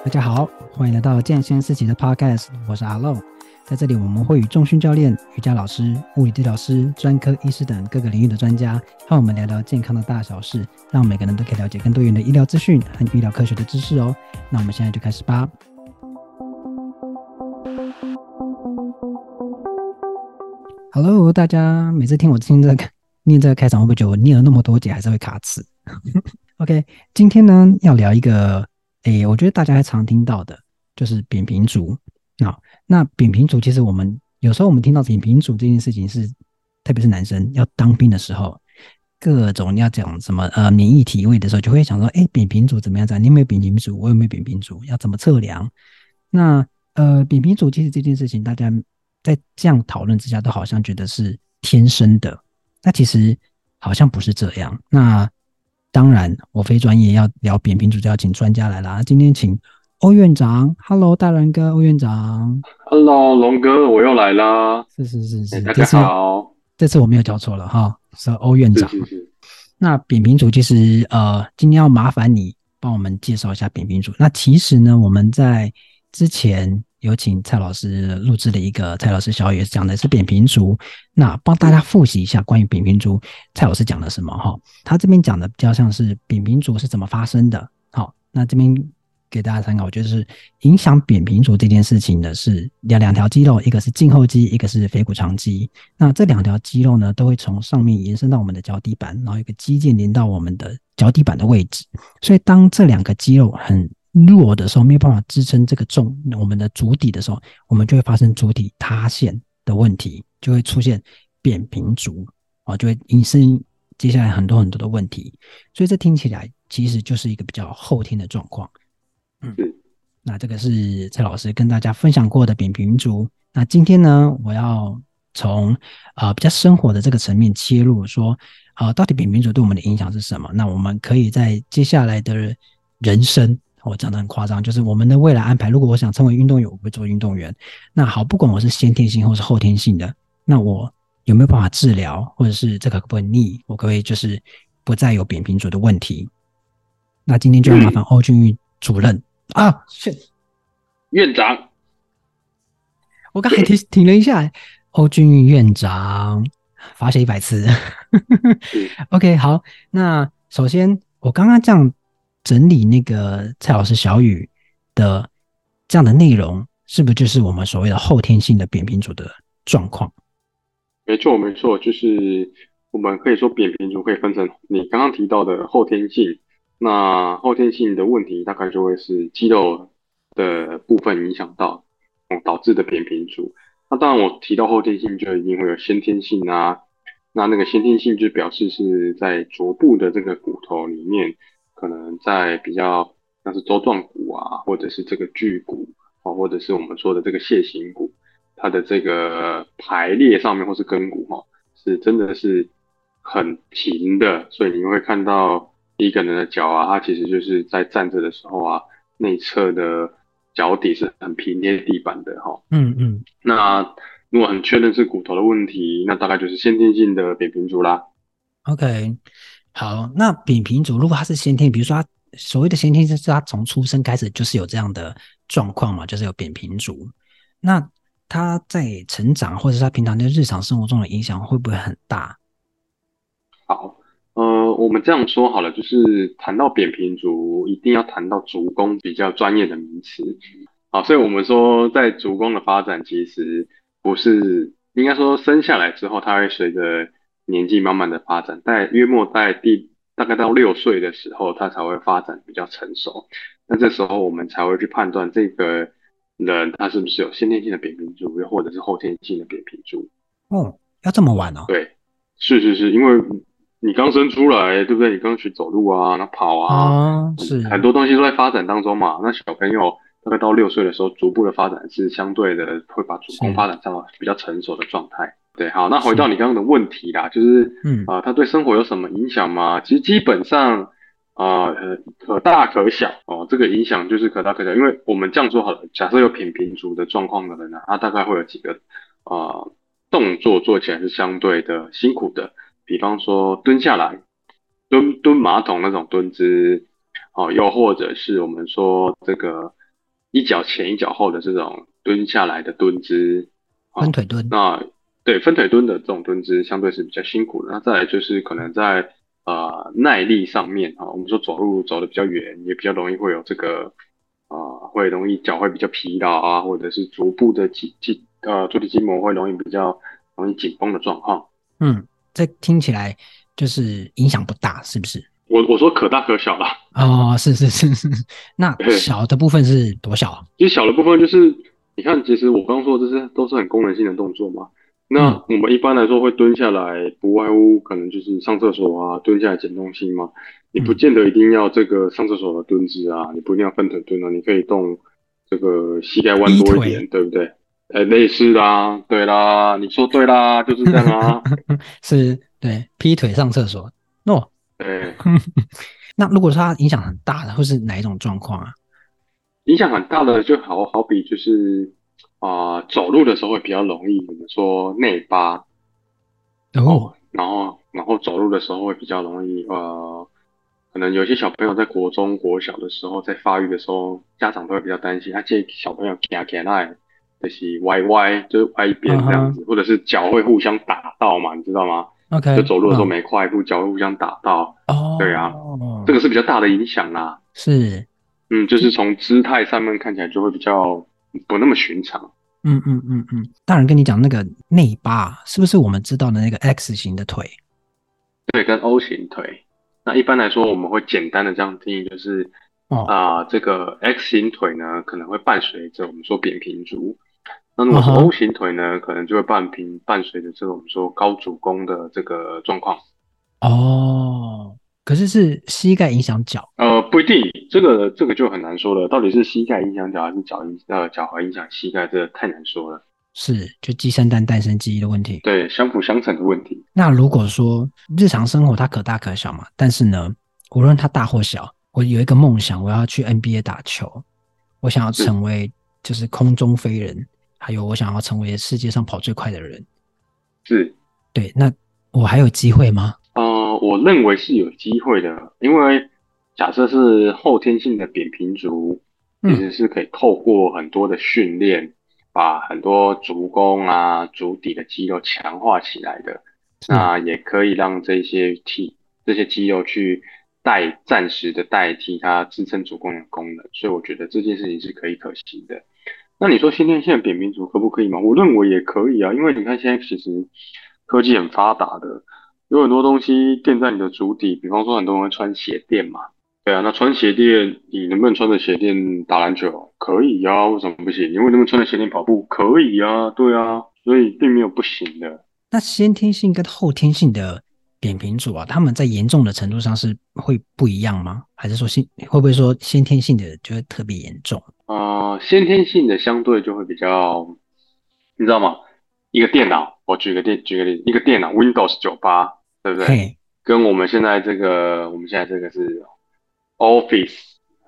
大家好，欢迎来到健先思齐的 Podcast， 我是阿漏。在这里，我们会与重训教练、瑜伽老师、物理治疗师、专科医师等各个领域的专家，和我们聊聊健康的大小事，让每个人都可以了解更多元的医疗资讯和医疗科学的知识哦。那我们现在就开始吧。Hello， 大家每次听我念这个开场，会不会觉得我念了那么多节还是会卡词？OK， 今天呢要聊一个，我觉得大家还常听到的，就是扁平足。那扁平足其实有时候我们听到扁平足这件事情是，特别是男生要当兵的时候，各种要讲什么免疫体位的时候，就会想说，扁平足怎么样？你有没有扁平足？我有没有扁平足？要怎么测量？那扁平足其实这件事情，大家在这样讨论之下，都好像觉得是天生的。那其实好像不是这样。那当然，我非专业，要聊扁平足就要请专家来啦。今天请欧院长 ，Hello， 大人哥，欧院长 Hello，龙哥，我又来啦！ 是， 大家好。 这次我没有叫错了哈，是欧院长。 是是是。 那扁平足其实今天要麻烦你帮我们介绍一下扁平足。那其实呢，我们在之前有请蔡老师录制的一个蔡老师小语讲的是扁平足，那帮大家复习一下关于扁平足，蔡老师讲了什么哈？他这边讲的比较像是扁平足是怎么发生的。好，那这边给大家参考，就是影响扁平足这件事情的是两条肌肉，一个是胫后肌，一个是腓骨长肌。那这两条肌肉呢，都会从上面延伸到我们的脚底板，然后一个肌腱连到我们的脚底板的位置。所以当这两个肌肉很弱的时候，没有办法支撑这个我们的足底的时候，我们就会发生足底塌陷的问题，就会出现扁平足，就会引申接下来很多很多的问题。所以这听起来其实就是一个比较后天的状况。那这个是蔡老师跟大家分享过的扁平足。那今天呢，我要从比较生活的这个层面切入，说到底扁平足对我们的影响是什么？那我们可以在接下来的人生，我讲的很夸张，就是我们的未来安排。如果我想成为运动员，我会做运动员。那好，不管我是先天性或是后天性的，那我有没有办法治疗，或者是这个可不可以逆？我可不可以就是不再有扁平足的问题？那今天就要麻烦欧俊玉主任。 院长， 我刚才停了一下，欧俊玉院长罚写100次。OK， 好，那首先我刚刚这样整理那个蔡老师小语的这样的内容，是不是就是我们所谓的后天性的扁平足的状况？ 没错没错，就是我们可以说扁平足可以分成你刚刚提到的后天性。那后天性的问题大概就会是肌肉的部分影响到，导致的扁平足。那当然我提到后天性就一定会有先天性啊。那个先天性就表示是在足部的这个骨头里面，可能在比较像是舟状骨啊，或者是这个距骨或者是我们说的这个楔形骨，它的这个排列上面或是根骨是真的是很平的，所以你会看到一个人的脚啊，它其实就是在站着的时候啊，内侧的脚底是很平贴地板的那如果很确认是骨头的问题，那大概就是先天性的扁平足啦。 OK， 好，那扁平足如果他是先天，比如说他所谓的先天，就是他从出生开始就是有这样的状况嘛，就是有扁平足。那他在成长或者是他平常在日常生活中的影响会不会很大？ 好，我们这样说好了，就是谈到扁平足，一定要谈到足弓比较专业的名词。好，所以我们说在足弓的发展，其实不是应该说生下来之后，它会随着年纪慢慢的发展，约莫在大概到6岁的时候，它才会发展比较成熟。那这时候我们才会去判断这个人他是不是有先天性的扁平足，又或者是后天性的扁平足。 哦，要这么晚哦？ 对，是是是，因为你刚生出来，对不对？你刚学走路啊，那跑啊， 哦，是， 很多东西都在发展当中嘛。那小朋友大概到6岁的时候，逐步的发展是相对的会把足弓是， 发展到比较成熟的状态。对，好，那回到是， 你刚刚的问题啦，就是嗯， 它对生活有什么影响吗？其实基本上可大可小这个影响就是可大可小，因为我们这样说好了，假设有扁平足的状况的人呢，他大概会有几个呃动作做起来是相对的辛苦的，比方说蹲下来，蹲马桶那种蹲姿，又或者是我们说这个一脚前一脚后的这种蹲下来的蹲姿， 分腿蹲。 那对分腿蹲的这种蹲姿相对是比较辛苦的。那再来就是可能在耐力上面我们说走路走的比较远，也比较容易会有这个会容易脚会比较疲劳啊，或者是足部的足底筋膜会比较容易紧绷的状况。 这听起来就是影响不大，是不是？ 我说可大可小啦。 哦，是。那小的部分是多小？ 其实小的部分就是你看，其实我刚刚说的这些都是很功能性的动作嘛。那我们一般来说会蹲下来，不外乎可能就是上厕所啊，蹲下来捡东西嘛。你不见得一定要这个上厕所的蹲姿啊，你不一定要分腿蹲啊，你可以动这个膝盖弯多一点，对不对？类似啦，对啦，你说对啦，就是这样啊。 是，对，劈腿上厕所。哦， 对， 那如果说它影响很大的，会是哪一种状况啊？ 影响很大的就好比就是走路的时候会比较容易，我们说内八。 哦， 然后走路的时候会比较容易可能有些小朋友在国中、国小的时候，在发育的时候，家长都会比较担心，这小朋友走起来就是歪，就是歪一边这样子，或者是脚会互相打到嘛，你知道吗？ 就 OK， 走路的时候每跨一步，脚会互相打到。对啊，这个是比较大的影响啦。 是， 就是从姿态上面看起来就会比较不那么寻常。 大人跟你讲那个内八，是不是我们知道的那个 X 型的腿？ 对，跟 O 型腿。那一般来说，我们会简单的这样定义，就是这个 X 型腿呢，可能会伴随着我们说扁平足。那如果是 O 型腿呢，可能就会伴随着这个我们说高足弓的这个状况。 可是膝盖影响脚？ 不一定，这个就很难说了，到底是膝盖影響脚还是脚踝影响膝盖，这个太难说了。 是，就鸡生蛋，蛋生鸡的问题。 对，相辅相成的问题。 那如果说日常生活它可大可小嘛，但是呢，无论它大或小，我有一个梦想，我要去 NBA 打球，我想要成为就是空中飞人，还有我想要成为世界上跑最快的人。 是， 对，那我还有机会吗？ 我认为是有机会的，因为假设是后天性的扁平足，其实是可以透过很多的训练，把很多足弓啊、足底的肌肉强化起来的。那也可以让这些肌肉去暂时的代替它支撑足弓的功能，所以我觉得这件事情是可行的。那你说先天性的扁平足可不可以吗？我认为也可以啊，因为你看现在其实科技很发达的。有很多东西垫在你的足底，比方说很多人会穿鞋垫嘛。对啊，那穿鞋垫，你能不能穿着鞋垫打篮球？可以呀，为什么不行？你能不能穿着鞋垫跑步？可以呀，对啊，所以并没有不行的。 那先天性跟后天性的扁平足啊，他们在严重的程度上是会不一样吗？还是说会不会说先天性的就会特别严重？ 先天性的相对就会比较，你知道吗？一个电脑，我举个例，一个电脑 Windows 98，对不对？ 嘿， 跟我们现在这个是 Office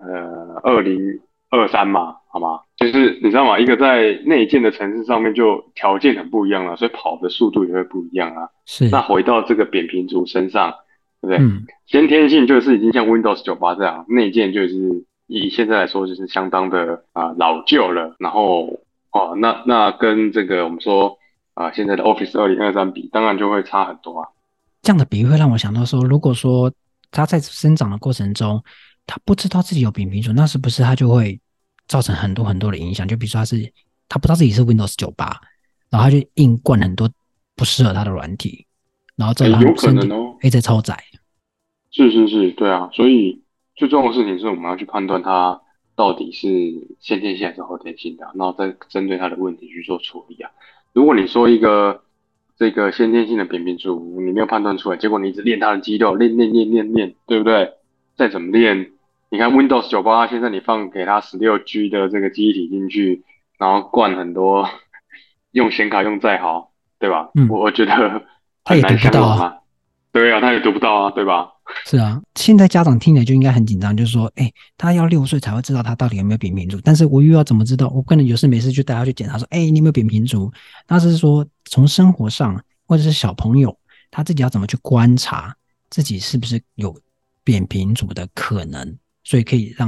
2023嘛，好吗？就是你知道吗？一个在内建的城市上面就条件很不一样了，所以跑的速度也会不一样啊。那是， 回到这个扁平足身上，对不对？先天性就是已经像 Windows 98这样，内建就是以现在来说就是相当的老旧了。然后那跟这个我们说现在的 Office 2023比，当然就会差很多啊。 这样的比喻会让我想到说，如果说他在生长的过程中，他不知道自己有扁平足，那是不是他就会造成很多很多的影响？就比如说他不知道自己是 Windows 98，然后他就硬灌很多不适合他的软体，然后造成有可他身体能哦。 一直超载。 是，对啊，所以最重要的事情是我们要去判断它到底是先天性还是后天性的，然后再针对它的问题去做处理啊。如果你说这个先天性的扁平足，你没有判断出来，结果你一直练它的肌肉，练，对不对？再怎么练，你看 Windows 98，现在你放给它16G 的这个记忆体进去，然后灌很多，用显卡用再好，对吧？我觉得他也读很难不到啊。 相容啊。对啊，他也读不到啊，对吧？ 是啊，现在家长听了就应该很紧张，就是说，他要6岁才会知道他到底有没有扁平足，但是我又要怎么知道？我可能有事没事就带他去检查，说，你有没有扁平足？那是说从生活上，或者是小朋友他自己要怎么去观察自己是不是有扁平足的可能，所以可以让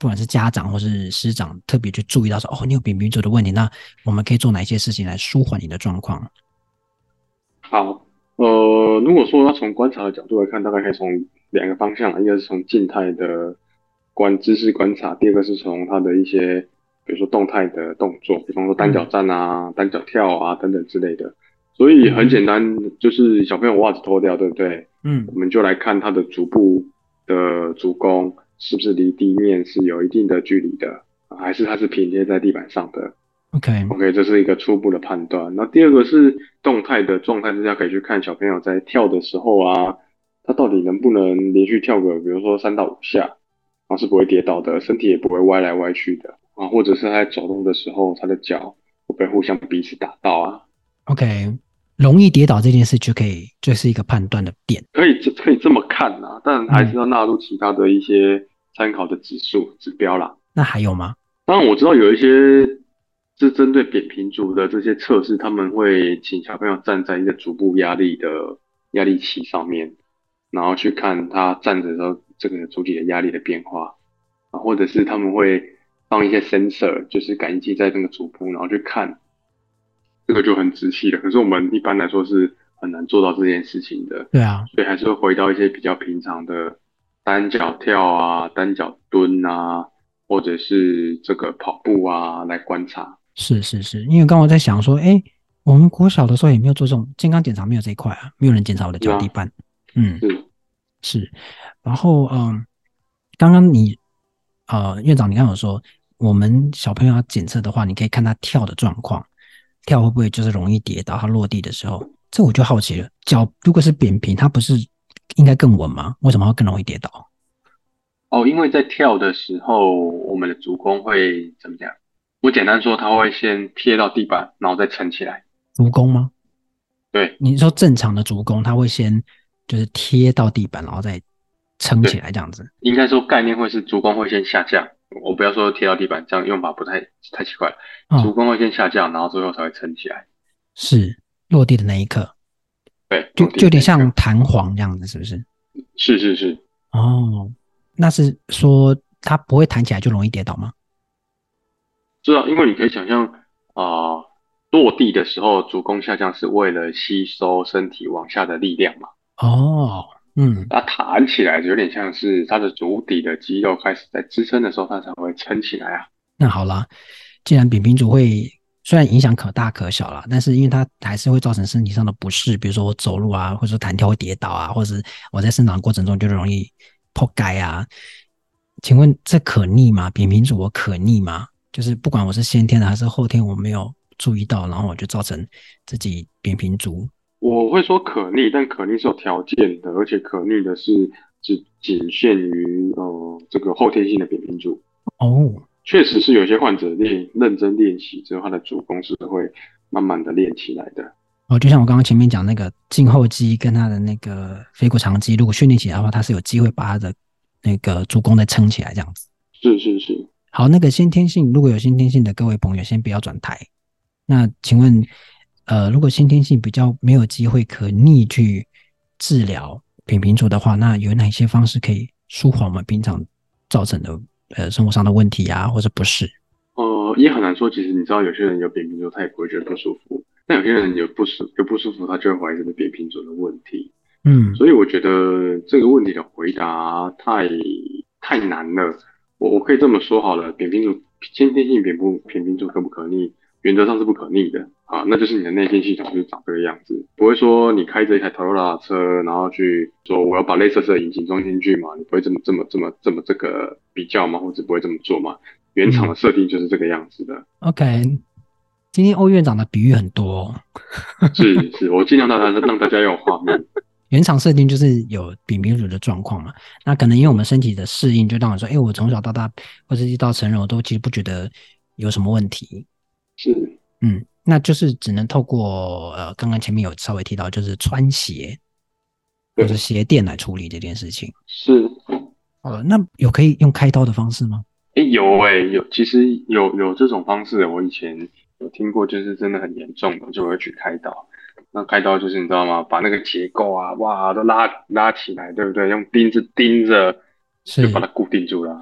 不管是家长或是师长特别去注意到说，哦，你有扁平足的问题，那我们可以做哪些事情来舒缓你的状况？ 好，如果说要从观察的角度来看，大概可以从两个方向，一个是从静态的姿势观察，第二个是从他的一些，比如说动态的动作，比方说单脚嗯站啊、单脚跳啊等等之类的。所以很简单，就是小朋友袜子脱掉，对不对？我嗯们就来看他的足部的足弓是不是离地面是有一定的距离的，还是它是平贴在地板上的。 ，OK， OK，这是一个初步的判断。那第二个是动态的状态之下，可以去看小朋友在跳的时候啊，他到底能不能连续跳个，比如说3到5下，然后是不会跌倒的，身体也不会歪来歪去的啊，或者是他在走路的时候，他的脚会不会互相彼此打到啊？ OK，容易跌倒这件事就可以，就是一个判断的点。 可以这么看呐、但还是嗯， 要纳入其他的一些参考的指标啦。 那还有吗？ 当然我知道有一些是针对扁平足的这些测试，他们会请小朋友站在一个足部压力的压力器上面，然后去看他站着的时候这个足底的压力的变化啊，或者是他们会放一些 sensor，就是感应器在那个足部，然后去看，这个就很仔细了。可是我们一般来说是很难做到这件事情的， 对啊， 所以还是会回到一些比较平常的单脚跳啊、单脚蹲啊，或者是这个跑步啊来观察。 是是是，因为刚刚我在想说，哎，我们国小的时候也没有做这种健康检查，没有这一块啊，没有人检查我的是啊， 脚底板。嗯， 是。 是。然后刚刚你院长你刚刚有说，我们小朋友要检测的话，你可以看他跳的状况，跳会不会就是容易跌倒，他落地的时候，这我就好奇了，脚如果是扁平，它不是应该更稳吗？为什么会更容易跌倒？ 哦，因为在跳的时候，我们的足弓会怎么讲？我简单说，它会先贴到地板，然后再撑起来。 足弓吗？ 对你说正常的足弓，它会先就是贴到地板，然后再撑起对， 来这样子。 应该说概念会是足弓会先下降。我不要说贴到地板，这样用法不太奇怪了。足哦， 弓会先下降，然后最后才会撑起来。 是落地的那一刻， 对， 就落地就有点像的那一刻。 弹簧这样子，是不是？ 是是是， 哦，那是说它不会弹起来就容易跌倒吗？ 知道，因为你可以想象落地的时候足弓下降是为了吸收身体往下的力量嘛。 哦，嗯， 它弹起来有点像是它的足底的肌肉开始在支撑的时候，它才会撑起来啊。 那好啦，既然扁平足会虽然影响可大可小啦，但是因为它还是会造成身体上的不适，比如说我走路啊，或者说弹跳会跌倒啊，或者是我在生长过程中就容易破盖啊。请问这可逆吗？扁平足我可逆吗？就是不管我是先天的还是后天我没有注意到，然后我就造成自己扁平足。 我会说可逆，但可逆是有条件的，而且可逆的是只仅限于这个后天性的扁平足。 哦， 确实是有些患者认真练习之后，他的足弓是会慢慢的练起来的。 哦，就像我刚刚前面讲那个胫后肌跟他的那个腓骨长肌，如果训练起来的话，他是有机会把他的那个足弓再撑起来这样子。 是是是， 好，那个先天性，如果有先天性的各位朋友，先不要转台。那请问，如果先天性比较没有机会可逆去治疗扁平足的话，那有哪些方式可以舒缓我们平常造成的生活上的问题啊，或者不适？ 也很难说。其实你知道，有些人有扁平足，他也不会觉得不舒服；但有些人有不舒服，他就会怀疑这个扁平足的问题。 嗯所以我觉得这个问题的回答太难了。我可以这么说好了，先天性扁平足可不可逆？原则上是不可逆的啊，那就是你的内心系统就是长这个样子，不会说你开着一台 Toyota 车，然后去说我要把类似的引擎装进去嘛，你不会这么这个比较嘛，或者不会这么做嘛？原厂的嗯设定就是这个样子的。 ，OK，今天欧院长的比喻很多哦。 是是，我尽量让大家有画面。 原厂设定就是有扁平足的状况嘛，那可能因为我们身体的适应，就让我说，哎，我从小到大或者一到成人，我都其实不觉得有什么问题。 是那就是只能透过刚刚前面有稍微提到，就是穿鞋或者对， 鞋垫来处理这件事情。 是。 那有可以用开刀的方式吗？ 有，其实有这种方式，我以前有听过，就是真的很严重的就会去开刀。那开刀就是你知道吗？把那个结构啊，哇，都拉起来，对不对？用钉子钉着，就把是它固定住了。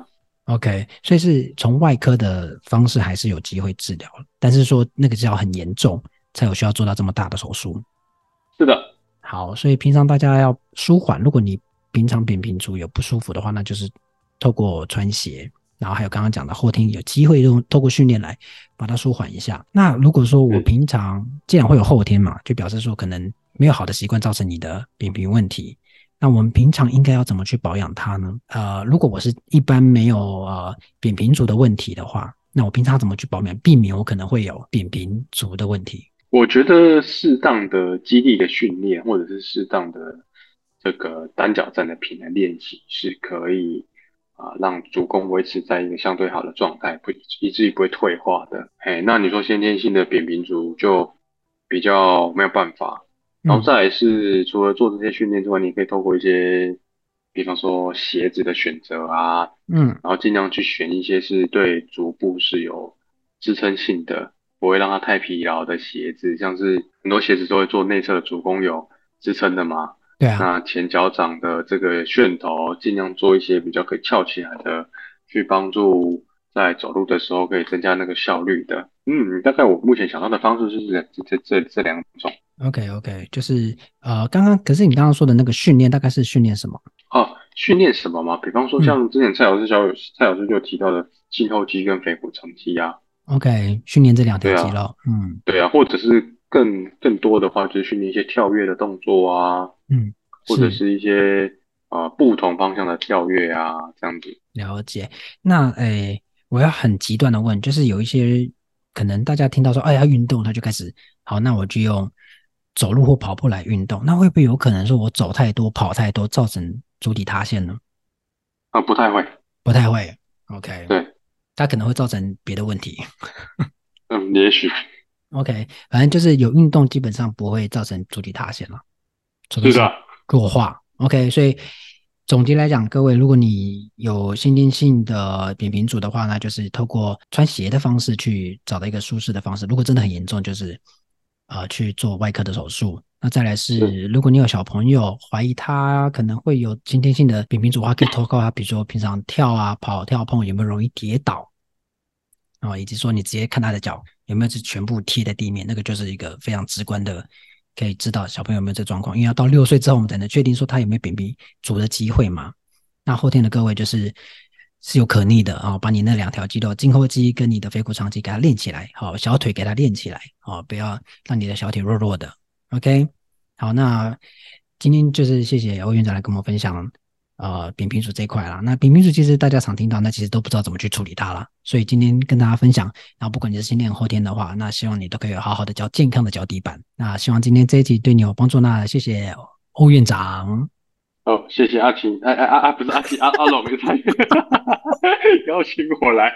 OK，所以是从外科的方式还是有机会治疗，但是说那个是要很严重才有需要做到这么大的手术。 是的， 好，所以平常大家要舒缓，如果你平常扁平足有不舒服的话，那就是透过穿鞋，然后还有刚刚讲的后天有机会用透过训练来把它舒缓一下。那如果说我平常既然会有后天嘛，就表示说可能没有好的习惯造成你的扁平问题。那我们平常应该要怎么去保养它呢？如果我是一般没有扁平足的问题的话，那我平常怎么去保养，避免我可能会有扁平足的问题？ 我觉得适当的肌力的训练，或者是适当的这个单脚站的平衡练习，是可以让足弓维持在一个相对好的状态，不以至于不会退化的。嘿，那你说先天性的扁平足就比较没有办法。然后嗯再来是除了做这些训练之外，你可以透过一些，比方说鞋子的选择啊， 嗯， 然后尽量去选一些是对足部是有支撑性的。不会让它太疲劳的鞋子，像是很多鞋子都会做内侧的足弓有支撑的嘛。 对啊。 那前脚掌的这个楦头，尽量做一些比较可以翘起来的，去帮助在走路的时候可以增加那个效率的。大概我目前想到的方式是这两种。 OK OK，就是刚刚可是你刚刚说的那个训练大概是训练什么？ 哦，训练什么嘛？比方说嗯像之前蔡老师就提到的胫后肌跟腓骨长肌啊， ，OK，训练这两条对啊。 肌肉，嗯对啊，或者是更多的话，就是训练一些跳跃的动作啊， 嗯， 或者是是一些不同方向的跳跃啊，这样子。 了解。那我要很极端的问，就是有一些可能大家听到说，哎要运动，他就开始好，那我就用走路或跑步来运动，那会不会有可能说我走太多、跑太多，造成足底塌陷呢？ 不太会。 不太会，OK， 对。 它可能会造成别的问题。 也许 OK，反正就是有运动，基本上不会造成足底塌陷了，除非是是的。 弱化。OK，所以总结来讲，各位，如果你有先天性的扁平足的话，那就是透过穿鞋的方式去找到一个舒适的方式。如果真的很严重，就是去做外科的手术。那再来是。 是，如果你有小朋友怀疑他可能会有先天性的扁平足的话，可以投靠他，比如说平常跳啊、跑、跳碰有没有容易跌倒。以及说你直接看他的脚有没有是全部贴在地面，那个就是一个非常直观的，可以知道小朋友有没有这状况。因为要到6岁之后，我们才能确定说他有没有扁平足的机会嘛。那后天的各位是有可逆的把你那两条肌肉，胫后肌跟你的腓骨长肌给它练起来，小腿给它练起来，不要让你的小腿弱弱的。OK，好，那今天就是谢谢欧院长来跟我们分享扁平足这一块啦。那扁平足其实大家常听到，那其实都不知道怎么去处理它啦。所以今天跟大家分享，然后不管你是先天后天的话，那希望你都可以有好好的健康的脚底板。那希望今天这一集对你有帮助。那谢谢欧院长。 哦，谢谢阿晴，不是阿晴，阿龙才邀请我来。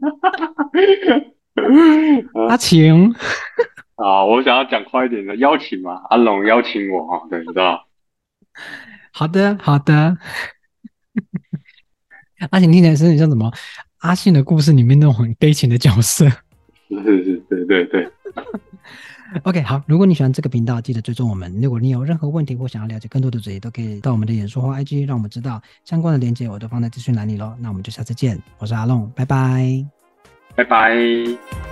阿晴， 我想要讲快一点的邀请嘛，阿龙邀请我对，你知道。 好的好的。阿晴听起来是很像什么阿信的故事里面那种很悲情的角色。 是，对对对。 OK，好，如果你喜欢这个频道，记得追踪我们。如果你有任何问题或想要了解更多的主题，都可以到我们的演说或 IG，让我们知道。相关的连接我都放在资讯栏里咯。那我们就下次见，我是阿龙，拜拜。 拜拜。